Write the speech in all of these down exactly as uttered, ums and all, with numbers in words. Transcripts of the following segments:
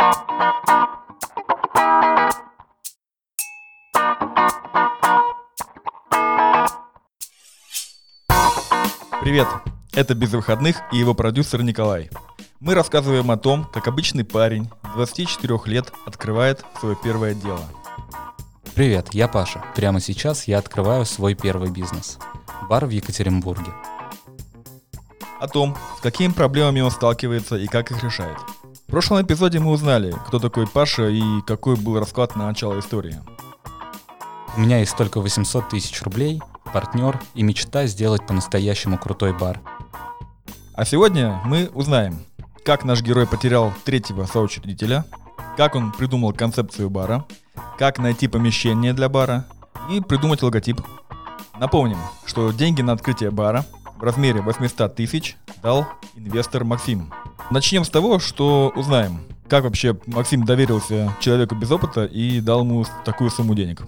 Привет, это «Без выходных» и его продюсер Николай. Мы рассказываем о том, как обычный парень двадцати четырёх лет открывает свое первое дело. Привет, я Паша. Прямо сейчас я открываю свой первый бизнес. Бар в Екатеринбурге. О том, с какими проблемами он сталкивается и как их решает. В прошлом эпизоде мы узнали, кто такой Паша и какой был расклад на начало истории. У меня есть только восемьсот тысяч рублей, партнер и мечта сделать по-настоящему крутой бар. А сегодня мы узнаем, как наш герой потерял третьего соучредителя, как он придумал концепцию бара, как найти помещение для бара и придумать логотип. Напомним, что деньги на открытие бара в размере восемьсот тысяч дал инвестор Максим. Начнем с того, что узнаем, как вообще Максим доверился человеку без опыта и дал ему такую сумму денег.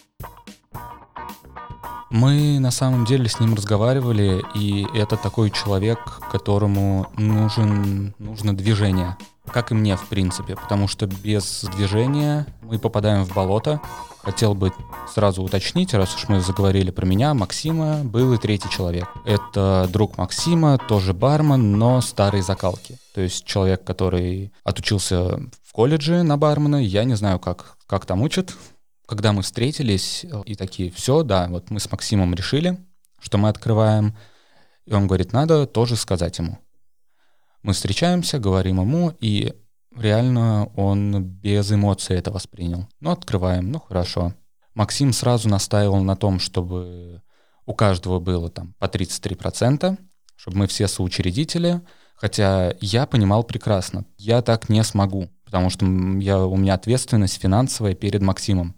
Мы на самом деле с ним разговаривали, и это такой человек, которому нужен, нужно движение. Как и мне, в принципе, потому что без движения мы попадаем в болото. Хотел бы сразу уточнить, раз уж мы заговорили про меня, Максима, был и третий человек. Это друг Максима, тоже бармен, но старой закалки. То есть человек, который отучился в колледже на бармена, я не знаю, как, как там учат. Когда мы встретились и такие, все, да, вот мы с Максимом решили, что мы открываем, и он говорит, надо тоже сказать ему. Мы встречаемся, говорим ему, и реально он без эмоций это воспринял. Ну, открываем, ну, хорошо. Максим сразу настаивал на том, чтобы у каждого было там по тридцать три процента, чтобы мы все соучредители, хотя я понимал прекрасно, я так не смогу, потому что я, у меня ответственность финансовая перед Максимом.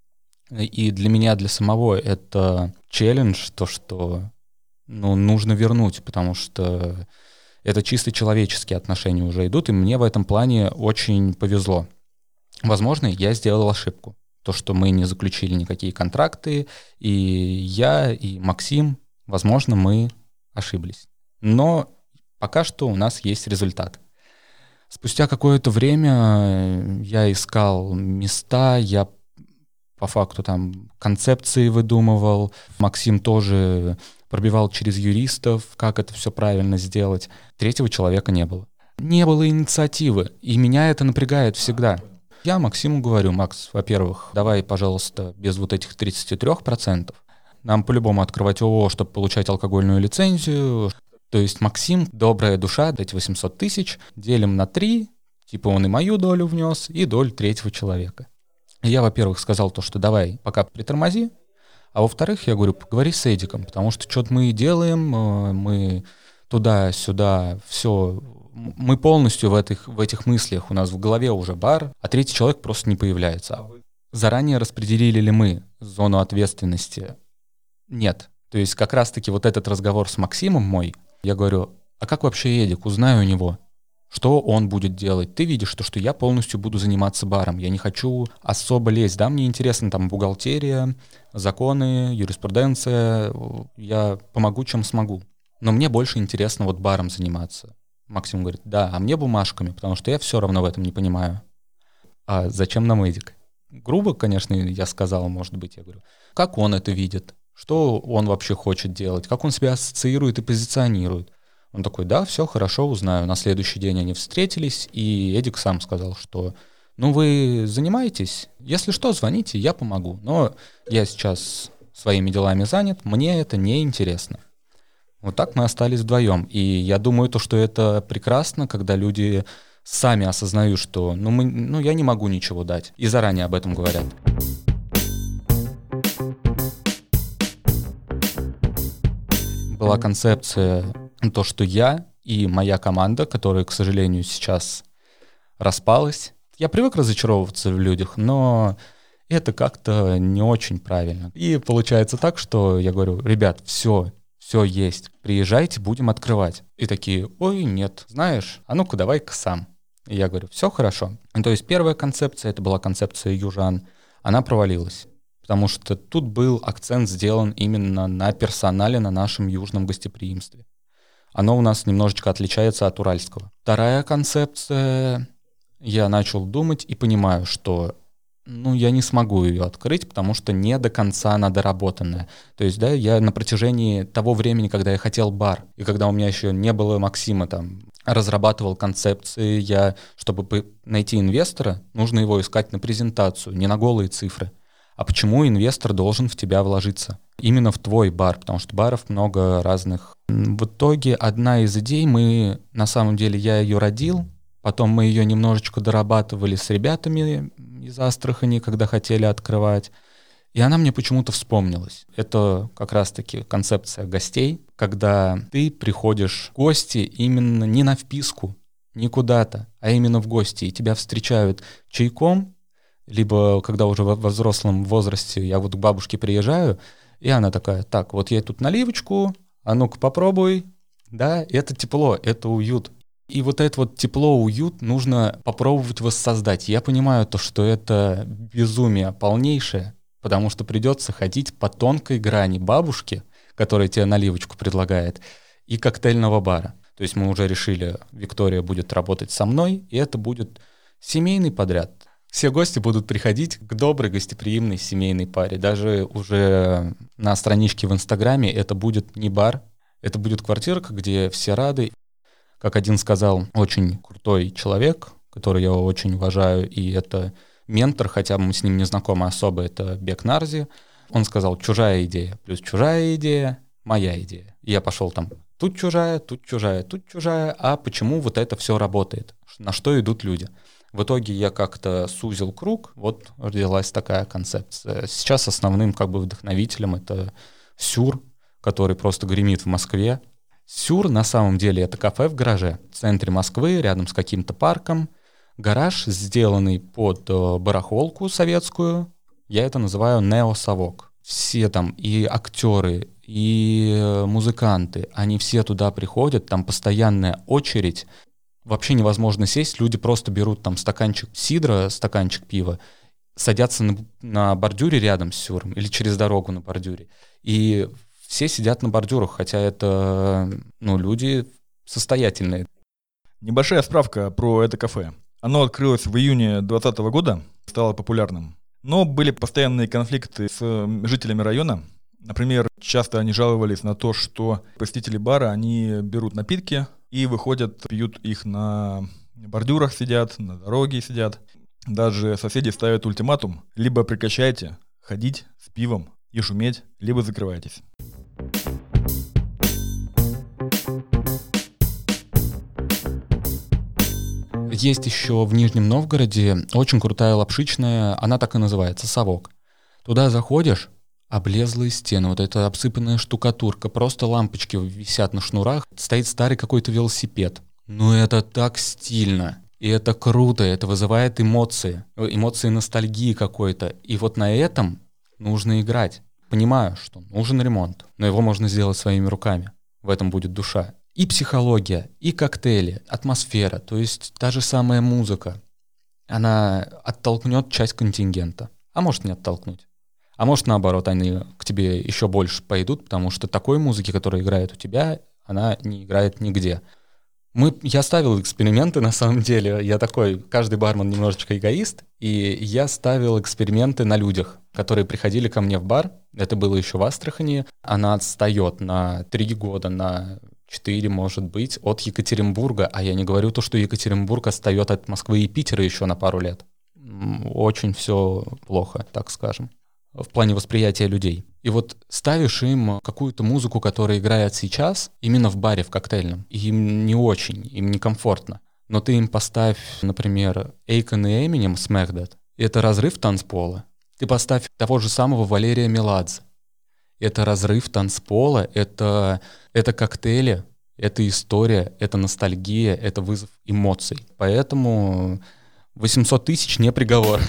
И для меня, для самого это челлендж, то, что ну, нужно вернуть, потому что это чисто человеческие отношения уже идут, и мне в этом плане очень повезло. Возможно, я сделал ошибку. То, что мы не заключили никакие контракты, и я, и Максим, возможно, мы ошиблись. Но пока что у нас есть результат. Спустя какое-то время я искал места, я по факту там концепции выдумывал. Максим тоже пробивал через юристов, как это все правильно сделать. Третьего человека не было. Не было инициативы, и меня это напрягает всегда. Я Максиму говорю, Макс, во-первых, давай, пожалуйста, без вот этих тридцати трёх процентов. Нам по-любому открывать ООО, чтобы получать алкогольную лицензию. То есть Максим, добрая душа, эти восемьсот тысяч делим на три, типа он и мою долю внес, и долю третьего человека. Я, во-первых, сказал то, что давай пока притормози, а во-вторых, я говорю, поговори с Эдиком, потому что что-то мы делаем, мы туда-сюда, все, мы полностью в этих, в этих мыслях, у нас в голове уже бар, а третий человек просто не появляется. Заранее распределили ли мы зону ответственности? Нет. То есть как раз-таки вот этот разговор с Максимом мой, я говорю, а как вообще Эдик, узнаю у него? Что он будет делать? Ты видишь, то, что я полностью буду заниматься баром. Я не хочу особо лезть. Да, мне интересно там бухгалтерия, законы, юриспруденция. Я помогу, чем смогу. Но мне больше интересно вот баром заниматься. Максим говорит, да, а мне бумажками, потому что я все равно в этом не понимаю. А зачем нам Эдик? Грубо, конечно, я сказал, может быть, я говорю, как он это видит? Что он вообще хочет делать? Как он себя ассоциирует и позиционирует? Он такой, да, все, хорошо, узнаю. На следующий день они встретились, и Эдик сам сказал, что ну вы занимаетесь, если что, звоните, я помогу. Но я сейчас своими делами занят, мне это не интересно. Вот так мы остались вдвоем. И я думаю, то, что это прекрасно, когда люди сами осознают, что ну, мы, ну я не могу ничего дать, и заранее об этом говорят. Была концепция, то, что я и моя команда, которая, к сожалению, сейчас распалась. Я привык разочаровываться в людях, но это как-то не очень правильно. И получается так, что я говорю, ребят, все, все есть, приезжайте, будем открывать. И такие, ой, нет, знаешь, а ну-ка давай-ка сам. И я говорю, все хорошо. И то есть первая концепция, это была концепция южан, она провалилась. Потому что тут был акцент сделан именно на персонале, на нашем южном гостеприимстве. Оно у нас немножечко отличается от уральского. Вторая концепция я начал думать и понимаю, что ну, я не смогу ее открыть, потому что не до конца она доработанная. То есть, да, я на протяжении того времени, когда я хотел бар, и когда у меня еще не было Максима, там, разрабатывал концепции, я, чтобы найти инвестора, нужно его искать на презентацию, не на голые цифры. А почему инвестор должен в тебя вложиться? Именно в твой бар, потому что баров много разных. В итоге одна из идей, мы, на самом деле, я ее родил, потом мы ее немножечко дорабатывали с ребятами из Астрахани, когда хотели открывать. И она мне почему-то вспомнилась. Это как раз-таки концепция гостей, когда ты приходишь в гости именно не на вписку, не куда-то, а именно в гости. И тебя встречают чайком, либо когда уже во взрослом возрасте я вот к бабушке приезжаю, и она такая: так, вот ей тут наливочку, а ну-ка попробуй. Да, это тепло, это уют. И вот это вот тепло, уют нужно попробовать воссоздать. Я понимаю то, что это безумие полнейшее, потому что придется ходить по тонкой грани бабушки, которая тебе наливочку предлагает, и коктейльного бара. То есть мы уже решили, Виктория будет работать со мной, и это будет семейный подряд. Все гости будут приходить к доброй, гостеприимной семейной паре. Даже уже на страничке в Инстаграме это будет не бар, это будет квартирка, где все рады. Как один сказал очень крутой человек, который я очень уважаю, и это ментор, хотя мы с ним не знакомы особо, это Бек Нарзи. Он сказал: чужая идея плюс чужая идея, моя идея. И я пошел там: тут чужая, тут чужая, тут чужая, а почему вот это все работает? На что идут люди? В итоге я как-то сузил круг, вот родилась такая концепция. Сейчас основным как бы вдохновителем это Сюр, который просто гремит в Москве. Сюр на самом деле это кафе в гараже в центре Москвы, рядом с каким-то парком. Гараж, сделанный под барахолку советскую, я это называю неосовок. Все там, и актеры, и музыканты, они все туда приходят, там постоянная очередь. Вообще невозможно сесть, люди просто берут там стаканчик сидра, стаканчик пива, садятся на, на бордюре рядом с Сюром или через дорогу на бордюре. И все сидят на бордюрах, хотя это, ну, люди состоятельные. Небольшая справка про это кафе. Оно открылось в июне двадцатого года, стало популярным. Но были постоянные конфликты с жителями района. Например, часто они жаловались на то, что посетители бара, они берут напитки и выходят, пьют их на бордюрах, сидят, на дороге сидят. Даже соседи ставят ультиматум: либо прекращайте ходить с пивом и шуметь, либо закрывайтесь. Есть еще в Нижнем Новгороде очень крутая лапшичная, она так и называется, совок. Туда заходишь, облезлые стены, вот эта обсыпанная штукатурка, просто лампочки висят на шнурах, стоит старый какой-то велосипед. Ну это так стильно, и это круто, это вызывает эмоции, эмоции ностальгии какой-то. И вот на этом нужно играть. Понимаю, что нужен ремонт, но его можно сделать своими руками, в этом будет душа. И психология, и коктейли, атмосфера, то есть та же самая музыка, она оттолкнет часть контингента, а может не оттолкнуть. А может наоборот, они к тебе еще больше пойдут, потому что такой музыки, которая играет у тебя, она не играет нигде. Мы, я ставил эксперименты на самом деле, я такой, каждый бармен немножечко эгоист, и я ставил эксперименты на людях, которые приходили ко мне в бар, это было еще в Астрахани, она отстает на три года, на четыре, может быть, от Екатеринбурга, а я не говорю то, что Екатеринбург отстает от Москвы и Питера еще на пару лет. Очень все плохо, так скажем, в плане восприятия людей. И вот ставишь им какую-то музыку, которая играет сейчас, именно в баре, в коктейльном, и им не очень, им некомфортно. Но ты им поставь, например, Эйкон и Эминем Smack That, это разрыв танцпола. Ты поставь того же самого Валерия Меладзе. Это разрыв танцпола, это, это коктейли, это история, это ностальгия, это вызов эмоций. Поэтому восемьсот тысяч не приговор.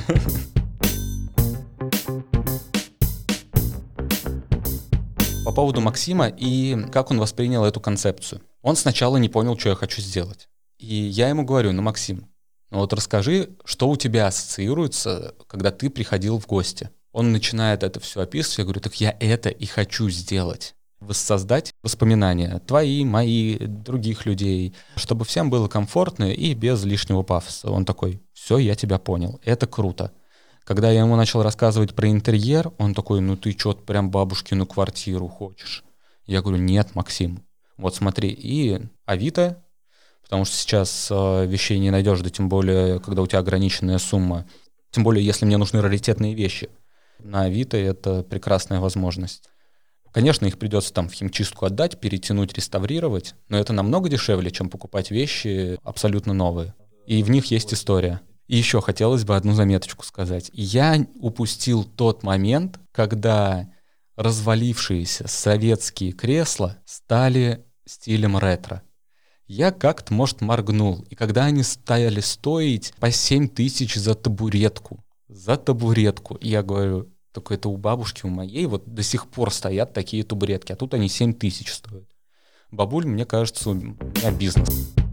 По поводу Максима и как он воспринял эту концепцию. Он сначала не понял, что я хочу сделать. И я ему говорю: ну, Максим, ну вот расскажи, что у тебя ассоциируется, когда ты приходил в гости. Он начинает это все описывать, я говорю: так я это и хочу сделать. воссоздать воспоминания твои, мои, других людей, чтобы всем было комфортно и без лишнего пафоса. Он такой: все, я тебя понял, это круто. Когда я ему начал рассказывать про интерьер, он такой: ну ты что-то прям бабушкину квартиру хочешь. Я говорю: нет, Максим, вот смотри, и Авито, потому что сейчас э, вещей не найдешь, да тем более, когда у тебя ограниченная сумма, тем более, если мне нужны раритетные вещи. На Авито это прекрасная возможность. Конечно, их придется там в химчистку отдать, перетянуть, реставрировать, но это намного дешевле, чем покупать вещи абсолютно новые. И в них есть история. И еще хотелось бы одну заметочку сказать. Я упустил тот момент, когда развалившиеся советские кресла стали стилем ретро. Я как-то, может, моргнул. И когда они стали стоить по семь тысяч за табуретку, за табуретку, и я говорю: только это у бабушки, у моей, вот до сих пор стоят такие табуретки, а тут они семь тысяч стоят. Бабуль, мне кажется, у меня бизнес.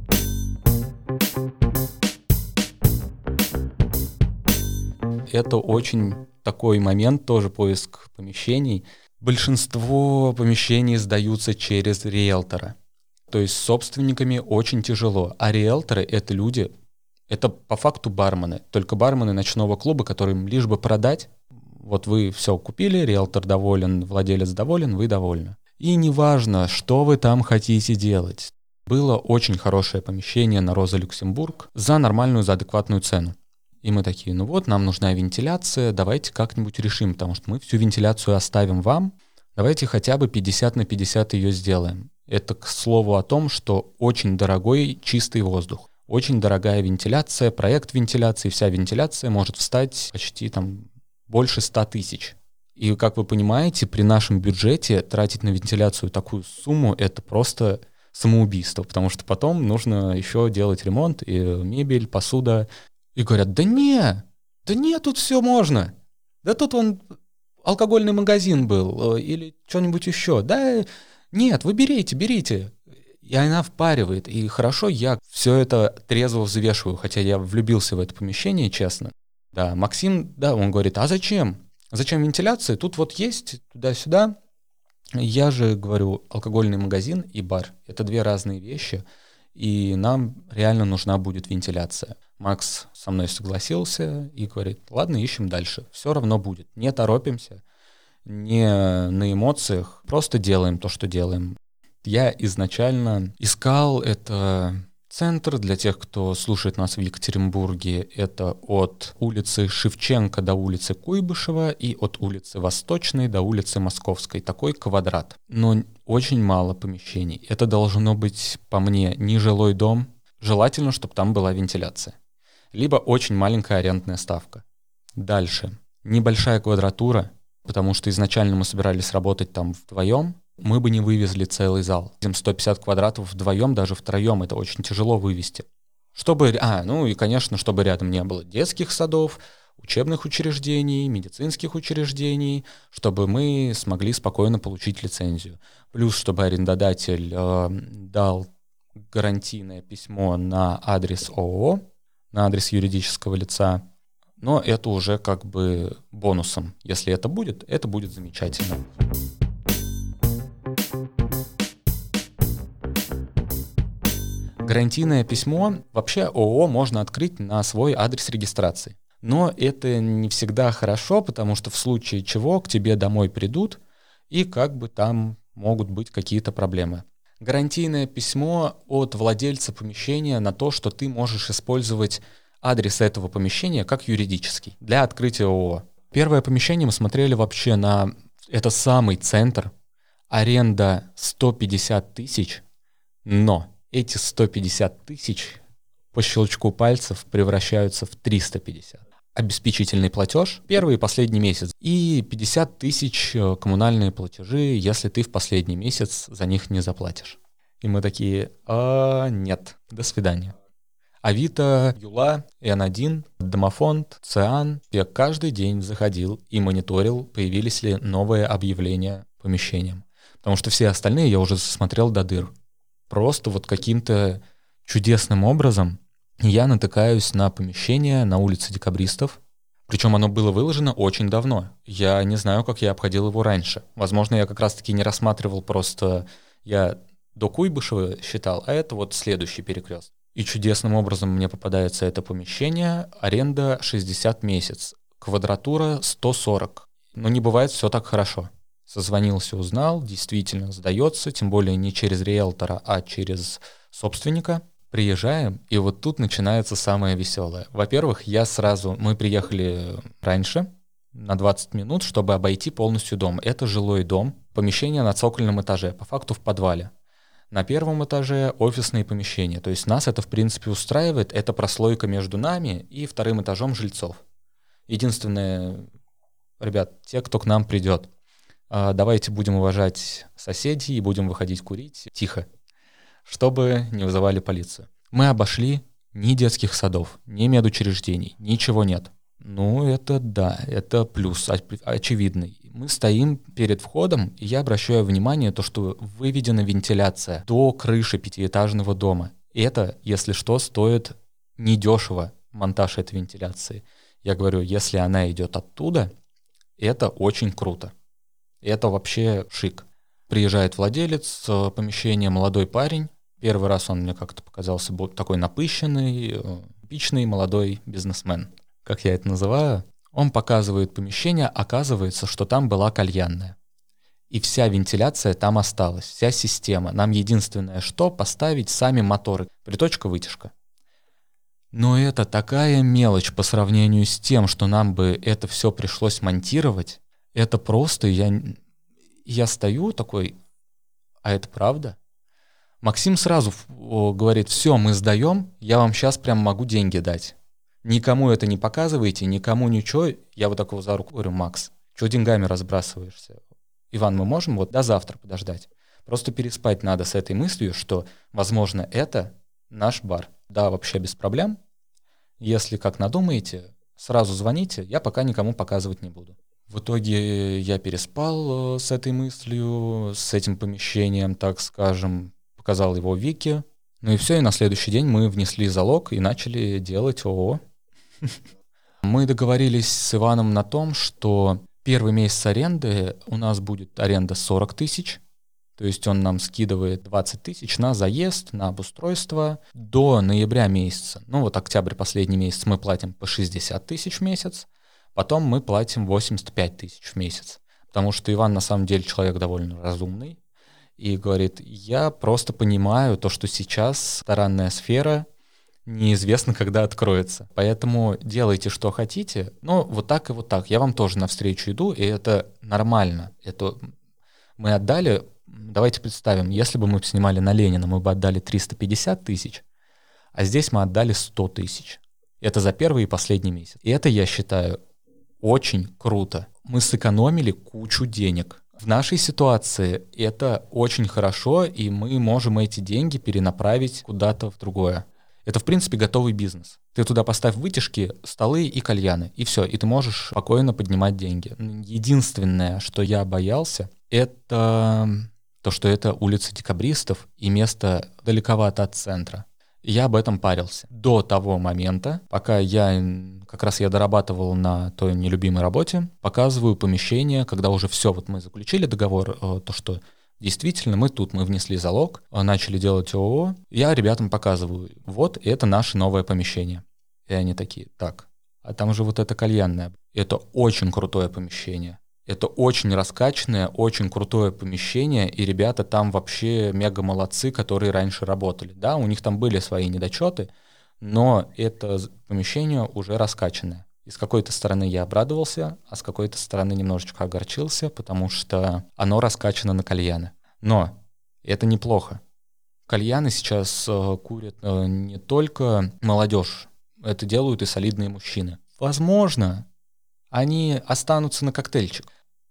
Это очень такой момент, тоже поиск помещений. Большинство помещений сдаются через риэлтора. То есть с собственниками очень тяжело. А риэлторы — это люди, это по факту бармены. Только бармены ночного клуба, которым лишь бы продать. Вот вы все купили, риэлтор доволен, владелец доволен, вы довольны. И неважно, что вы там хотите делать. Было очень хорошее помещение на Роза Люксембург за нормальную, за адекватную цену. И мы такие: ну вот, нам нужна вентиляция, давайте как-нибудь решим, потому что мы всю вентиляцию оставим вам, давайте хотя бы пятьдесят на пятьдесят ее сделаем. Это к слову о том, что очень дорогой чистый воздух, очень дорогая вентиляция, проект вентиляции, вся вентиляция может встать почти там больше ста тысяч. И, как вы понимаете, при нашем бюджете тратить на вентиляцию такую сумму — это просто самоубийство, потому что потом нужно еще делать ремонт, и мебель, посуда. И говорят: да не, да не, тут все можно. Да тут вон алкогольный магазин был или что-нибудь еще. Да нет, вы берите, берите. И она впаривает. И хорошо, я все это трезво взвешиваю, хотя я влюбился в это помещение, честно. Да, Максим, да, он говорит: а зачем? Зачем вентиляция? Тут вот есть туда-сюда. Я же говорю: алкогольный магазин и бар — это две разные вещи, и нам реально нужна будет вентиляция. Макс со мной согласился и говорит: ладно, ищем дальше. Все равно будет. Не торопимся, не на эмоциях, просто делаем то, что делаем. Я изначально искал это центр, для тех, кто слушает нас в Екатеринбурге, это от улицы Шевченко до улицы Куйбышева и от улицы Восточной до улицы Московской. Такой квадрат. Но очень мало помещений. Это должно быть, по мне, не жилой дом. Желательно, чтобы там была вентиляция. Либо очень маленькая арендная ставка. Дальше. Небольшая квадратура, потому что изначально мы собирались работать там вдвоем. Мы бы не вывезли целый зал. сто пятьдесят квадратов вдвоем, даже втроем, это очень тяжело вывести. Чтобы, а, ну и, конечно, чтобы рядом не было детских садов, учебных учреждений, медицинских учреждений, чтобы мы смогли спокойно получить лицензию. Плюс, чтобы арендодатель э, дал гарантийное письмо на адрес ООО, на адрес юридического лица. Но это уже как бы бонусом. Если это будет, это будет замечательно. Гарантийное письмо вообще ООО можно открыть на свой адрес регистрации. Но это не всегда хорошо, потому что в случае чего к тебе домой придут, и как бы там могут быть какие-то проблемы. Гарантийное письмо от владельца помещения на то, что ты можешь использовать адрес этого помещения как юридический для открытия ООО. Первое помещение мы смотрели вообще на... Это самый центр, аренда сто пятьдесят тысяч, но эти сто пятьдесят тысяч по щелчку пальцев превращаются в триста пятьдесят. Обеспечительный платеж первый и последний месяц. И пятьдесят тысяч коммунальные платежи, если ты в последний месяц за них не заплатишь. И мы такие: а, нет, до свидания. Авито, Юла, эн один, Домофонд, Циан. Я каждый день заходил и мониторил, появились ли новые объявления помещениям. Потому что все остальные я уже смотрел до дыр. Просто вот каким-то чудесным образом я натыкаюсь на помещение на улице Декабристов. Причем оно было выложено очень давно. Я не знаю, как я обходил его раньше. Возможно, я как раз-таки не рассматривал просто... Я до Куйбышева считал, а это вот следующий перекрест. И чудесным образом мне попадается это помещение. Аренда шестьдесят месяц. Квадратура сто сорок. Но не бывает все так хорошо. Созвонился, узнал, действительно сдается, тем более не через риэлтора, а через собственника. Приезжаем, и вот тут начинается самое веселое. Во-первых, я сразу... Мы приехали раньше, на двадцать минут, чтобы обойти полностью дом. Это жилой дом, помещение на цокольном этаже, по факту в подвале. На первом этаже офисные помещения. То есть нас это, в принципе, устраивает. Это прослойка между нами и вторым этажом жильцов. Единственное, ребят, те, кто к нам придет, давайте будем уважать соседей и будем выходить курить тихо, чтобы не вызывали полицию. Мы обошли ни детских садов, ни медучреждений, ничего нет. Ну, это да, это плюс очевидный. Мы стоим перед входом, и я обращаю внимание, то, что выведена вентиляция до крыши пятиэтажного дома. И это, если что, стоит недешево, монтаж этой вентиляции. Я говорю, если она идет оттуда, это очень круто. Это вообще шик. Приезжает владелец помещения, молодой парень. Первый раз он мне как-то показался такой напыщенный, типичный молодой бизнесмен, как я это называю. Он показывает помещение, оказывается, что там была кальянная. И вся вентиляция там осталась, вся система. Нам единственное, что поставить сами моторы. Приточка-вытяжка. Но это такая мелочь по сравнению с тем, что нам бы это все пришлось монтировать. Это просто, я, я стою такой, а это правда? Максим сразу говорит, все, мы сдаем, я вам сейчас прям могу деньги дать. Никому это не показывайте, никому ничего. Я вот такого за руку говорю, Макс, что деньгами разбрасываешься? Иван, мы можем вот до завтра подождать? Просто переспать надо с этой мыслью, что, возможно, это наш бар. Да, вообще без проблем. Если как надумаете, сразу звоните, я пока никому показывать не буду. В итоге я переспал с этой мыслью, с этим помещением, так скажем, показал его Вике. Ну и все, и на следующий день мы внесли залог и начали делать ООО. Мы договорились с Иваном на том, что первый месяц аренды у нас будет аренда сорок тысяч, то есть он нам скидывает двадцать тысяч на заезд, на обустройство до ноября месяца. Ну вот октябрь, последний месяц, мы платим по шестьдесят тысяч в месяц, потом мы платим восемьдесят пять тысяч в месяц, потому что Иван на самом деле человек довольно разумный и говорит, я просто понимаю то, что сейчас ресторанная сфера неизвестно, когда откроется. Поэтому делайте, что хотите, но вот так и вот так. Я вам тоже навстречу иду, и это нормально. Это мы отдали, давайте представим, если бы мы снимали на Ленина, мы бы отдали триста пятьдесят тысяч, а здесь мы отдали сто тысяч. Это за первый и последний месяц. И это, я считаю, очень круто. Мы сэкономили кучу денег. В нашей ситуации это очень хорошо, и мы можем эти деньги перенаправить куда-то в другое. Это, в принципе, готовый бизнес. Ты туда поставь вытяжки, столы и кальяны, и все, и ты можешь спокойно поднимать деньги. Единственное, что я боялся, это то, что это улица Декабристов, и место далековато от центра. Я об этом парился. До того момента, пока я, как раз я дорабатывал на той нелюбимой работе, показываю помещение, когда уже все, вот мы заключили договор, то, что действительно мы тут, мы внесли залог, начали делать ООО, я ребятам показываю, вот это наше новое помещение. И они такие, так, а там же вот это кальянное. Это очень крутое помещение. Это очень раскачанное, очень крутое помещение, и ребята там вообще мега молодцы, которые раньше работали. Да, у них там были свои недочеты, но это помещение уже раскачанное. И с какой-то стороны я обрадовался, а с какой-то стороны немножечко огорчился, потому что оно раскачано на кальяны. Но это неплохо. Кальяны сейчас э, курят э, не только молодежь, это делают и солидные мужчины. Возможно, они останутся на коктейльчик.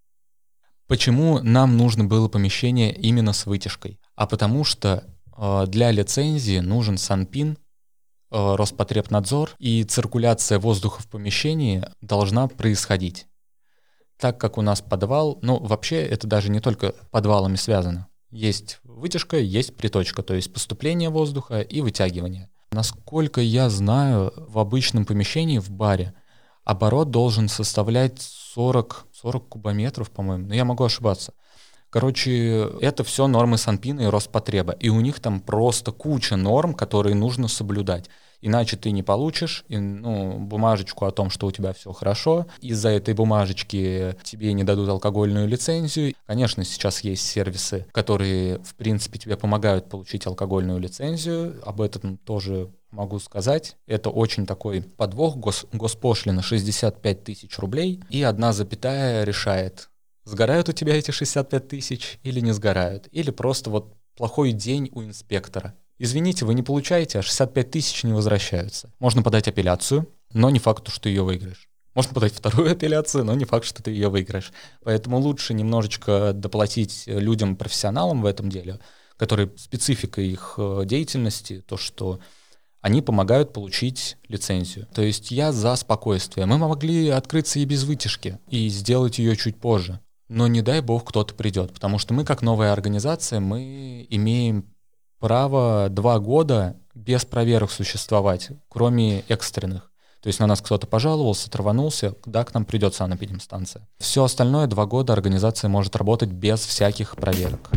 Почему нам нужно было помещение именно с вытяжкой? А потому что э, для лицензии нужен Санпин, э, Роспотребнадзор, и циркуляция воздуха в помещении должна происходить. Так как у нас подвал, ну вообще это даже не только подвалами связано. Есть вытяжка, есть приточка, то есть поступление воздуха и вытягивание. Насколько я знаю, в обычном помещении, в баре, оборот должен составлять сорок, сорок кубометров, по-моему, но я могу ошибаться. Короче, это все нормы Санпина и Роспотреба, и у них там просто куча норм, которые нужно соблюдать. Иначе ты не получишь и, ну, бумажечку о том, что у тебя все хорошо. Из-за этой бумажечки тебе не дадут алкогольную лицензию. Конечно, сейчас есть сервисы, которые, в принципе, тебе помогают получить алкогольную лицензию. Об этом тоже могу сказать. Это очень такой подвох. Гос, госпошлина шестьдесят пять тысяч рублей, и одна запятая решает, сгорают у тебя эти шестьдесят пять тысяч или не сгорают. Или просто вот плохой день у инспектора. Извините, вы не получаете, а шестьдесят пять тысяч не возвращаются. Можно подать апелляцию, но не факт, что ты ее выиграешь. Можно подать вторую апелляцию, но не факт, что ты ее выиграешь. Поэтому лучше немножечко доплатить людям-профессионалам в этом деле, которые специфика их деятельности, то, что они помогают получить лицензию. То есть я за спокойствие. Мы могли открыться и без вытяжки, и сделать ее чуть позже. Но не дай бог кто-то придет, потому что мы, как новая организация, мы имеем право два года без проверок существовать, кроме экстренных. То есть на нас кто-то пожаловался, траванулся, да, к нам придет санэпидемстанция. Все остальное два года организация может работать без всяких проверок.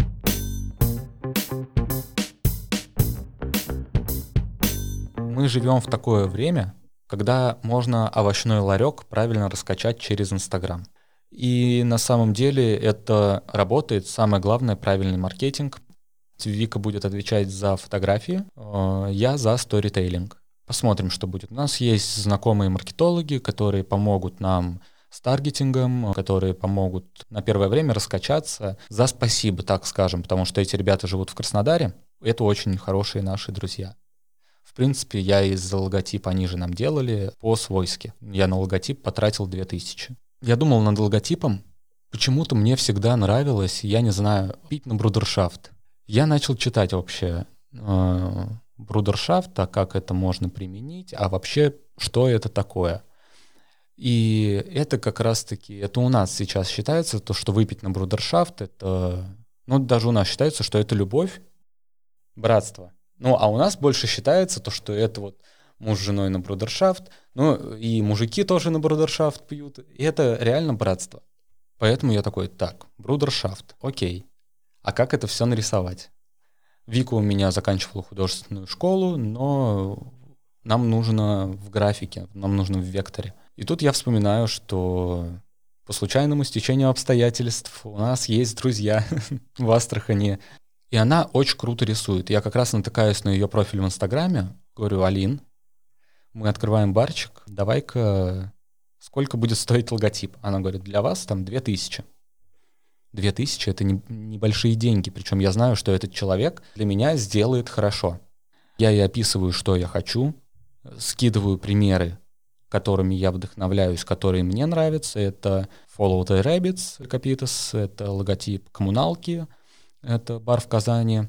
Мы живем в такое время, когда можно овощной ларек правильно раскачать через Инстаграм. И на самом деле это работает. Самое главное — правильный маркетинг. Вика будет отвечать за фотографии, я за сторитейлинг. Посмотрим, что будет. У нас есть знакомые маркетологи, которые помогут нам с таргетингом, которые помогут на первое время раскачаться. За спасибо, так скажем, потому что эти ребята живут в Краснодаре. Это очень хорошие наши друзья. В принципе, я из-за логотипа, они же нам делали по-свойски. Я на логотип потратил две тысячи. Я думал над логотипом. Почему-то мне всегда нравилось, я не знаю, пить на брудершафт. Я начал читать вообще э, брудершафт, а как это можно применить, а вообще, что это такое. И это как раз-таки, это у нас сейчас считается, то, что выпить на брудершафт, это, ну, даже у нас считается, что это любовь, братство. Ну, а у нас больше считается то, что это вот муж с женой на брудершафт, ну, и мужики тоже на брудершафт пьют, и это реально братство. Поэтому я такой, так, брудершафт, окей. А как это все нарисовать? Вика у меня заканчивала художественную школу, но нам нужно в графике, нам нужно в векторе. И тут я вспоминаю, что по случайному стечению обстоятельств у нас есть друзья в Астрахани, и она очень круто рисует. Я как раз натыкаюсь на ее профиль в Инстаграме, говорю, Алин, мы открываем барчик, давай-ка, сколько будет стоить логотип? Она говорит, для вас там две тысячи. Две тысячи — это не, небольшие деньги, причем я знаю, что этот человек для меня сделает хорошо. Я ей описываю, что я хочу, скидываю примеры, которыми я вдохновляюсь, которые мне нравятся. Это Follow the Rabbits, Капитас, это логотип коммуналки, это бар в Казани,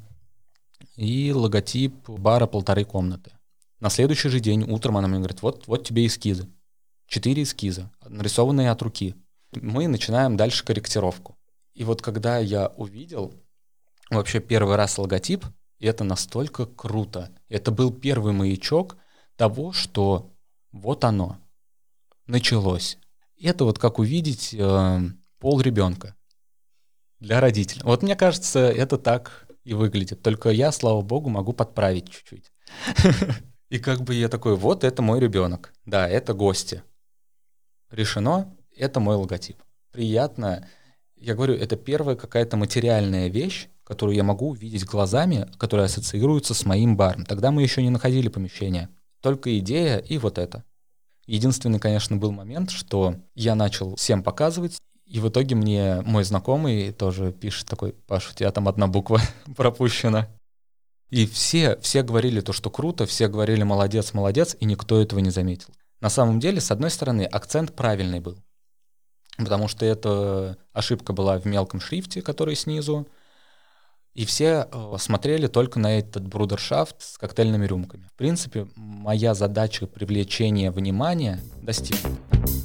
и логотип бара «Полторы комнаты». На следующий же день утром она мне говорит, вот, вот тебе эскизы. Четыре эскиза, нарисованные от руки. Мы начинаем дальше корректировку. И вот когда я увидел вообще первый раз логотип, это настолько круто. Это был первый маячок того, что вот оно, началось. Это вот как увидеть э, пол ребенка для родителей. Вот мне кажется, это так и выглядит. Только я, слава богу, могу подправить чуть-чуть. И как бы я такой, вот это мой ребенок. Да, это гости. Решено, это мой логотип. Приятно. Я говорю, это первая какая-то материальная вещь, которую я могу увидеть глазами, которая ассоциируется с моим баром. Тогда мы еще не находили помещение. Только идея и вот это. Единственный, конечно, был момент, что я начал всем показывать, и в итоге мне мой знакомый тоже пишет такой, Паш, у тебя там одна буква пропущена. И все, все говорили то, что круто, все говорили молодец, молодец, и никто этого не заметил. На самом деле, с одной стороны, акцент правильный был. Потому что эта ошибка была в мелком шрифте, который снизу, и все смотрели только на этот брудершафт с коктейльными рюмками. В принципе, моя задача привлечения внимания достигнута.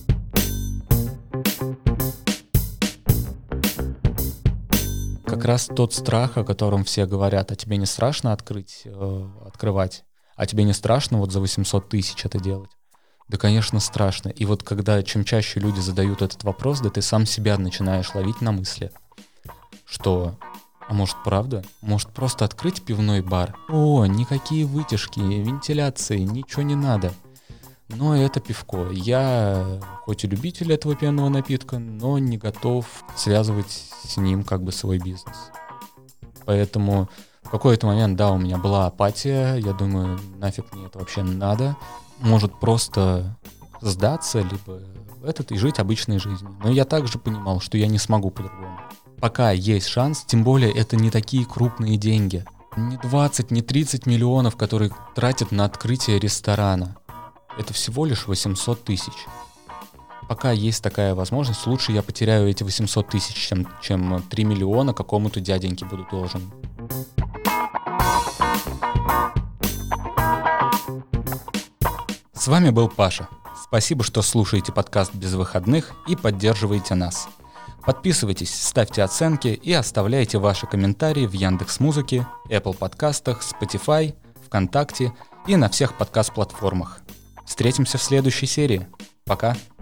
Как раз тот страх, о котором все говорят, а тебе не страшно открыть, э, открывать, а тебе не страшно вот за восемьсот тысяч это делать. Да, конечно, страшно. И вот когда чем чаще люди задают этот вопрос, да ты сам себя начинаешь ловить на мысли, что, а может правда? Может просто открыть пивной бар? О, никакие вытяжки, вентиляции, ничего не надо. Но это пивко. Я хоть и любитель этого пенного напитка, но не готов связывать с ним как бы свой бизнес. Поэтому в какой-то момент, да, у меня была апатия. Я думаю, нафиг мне это вообще надо. Может просто сдаться, либо этот и жить обычной жизнью. Но я также понимал, что я не смогу по-другому. Пока есть шанс, тем более это не такие крупные деньги. Не двадцать, не тридцать миллионов, которые тратят на открытие ресторана. Это всего лишь восемьсот тысяч. Пока есть такая возможность, лучше я потеряю эти восемьсот тысяч, чем, чем три миллиона какому-то дяденьке буду должен. С вами был Паша. Спасибо, что слушаете подкаст без выходных и поддерживаете нас. Подписывайтесь, ставьте оценки и оставляйте ваши комментарии в Яндекс.Музыке, Apple подкастах, Spotify, ВКонтакте и на всех подкаст-платформах. Встретимся в следующей серии. Пока.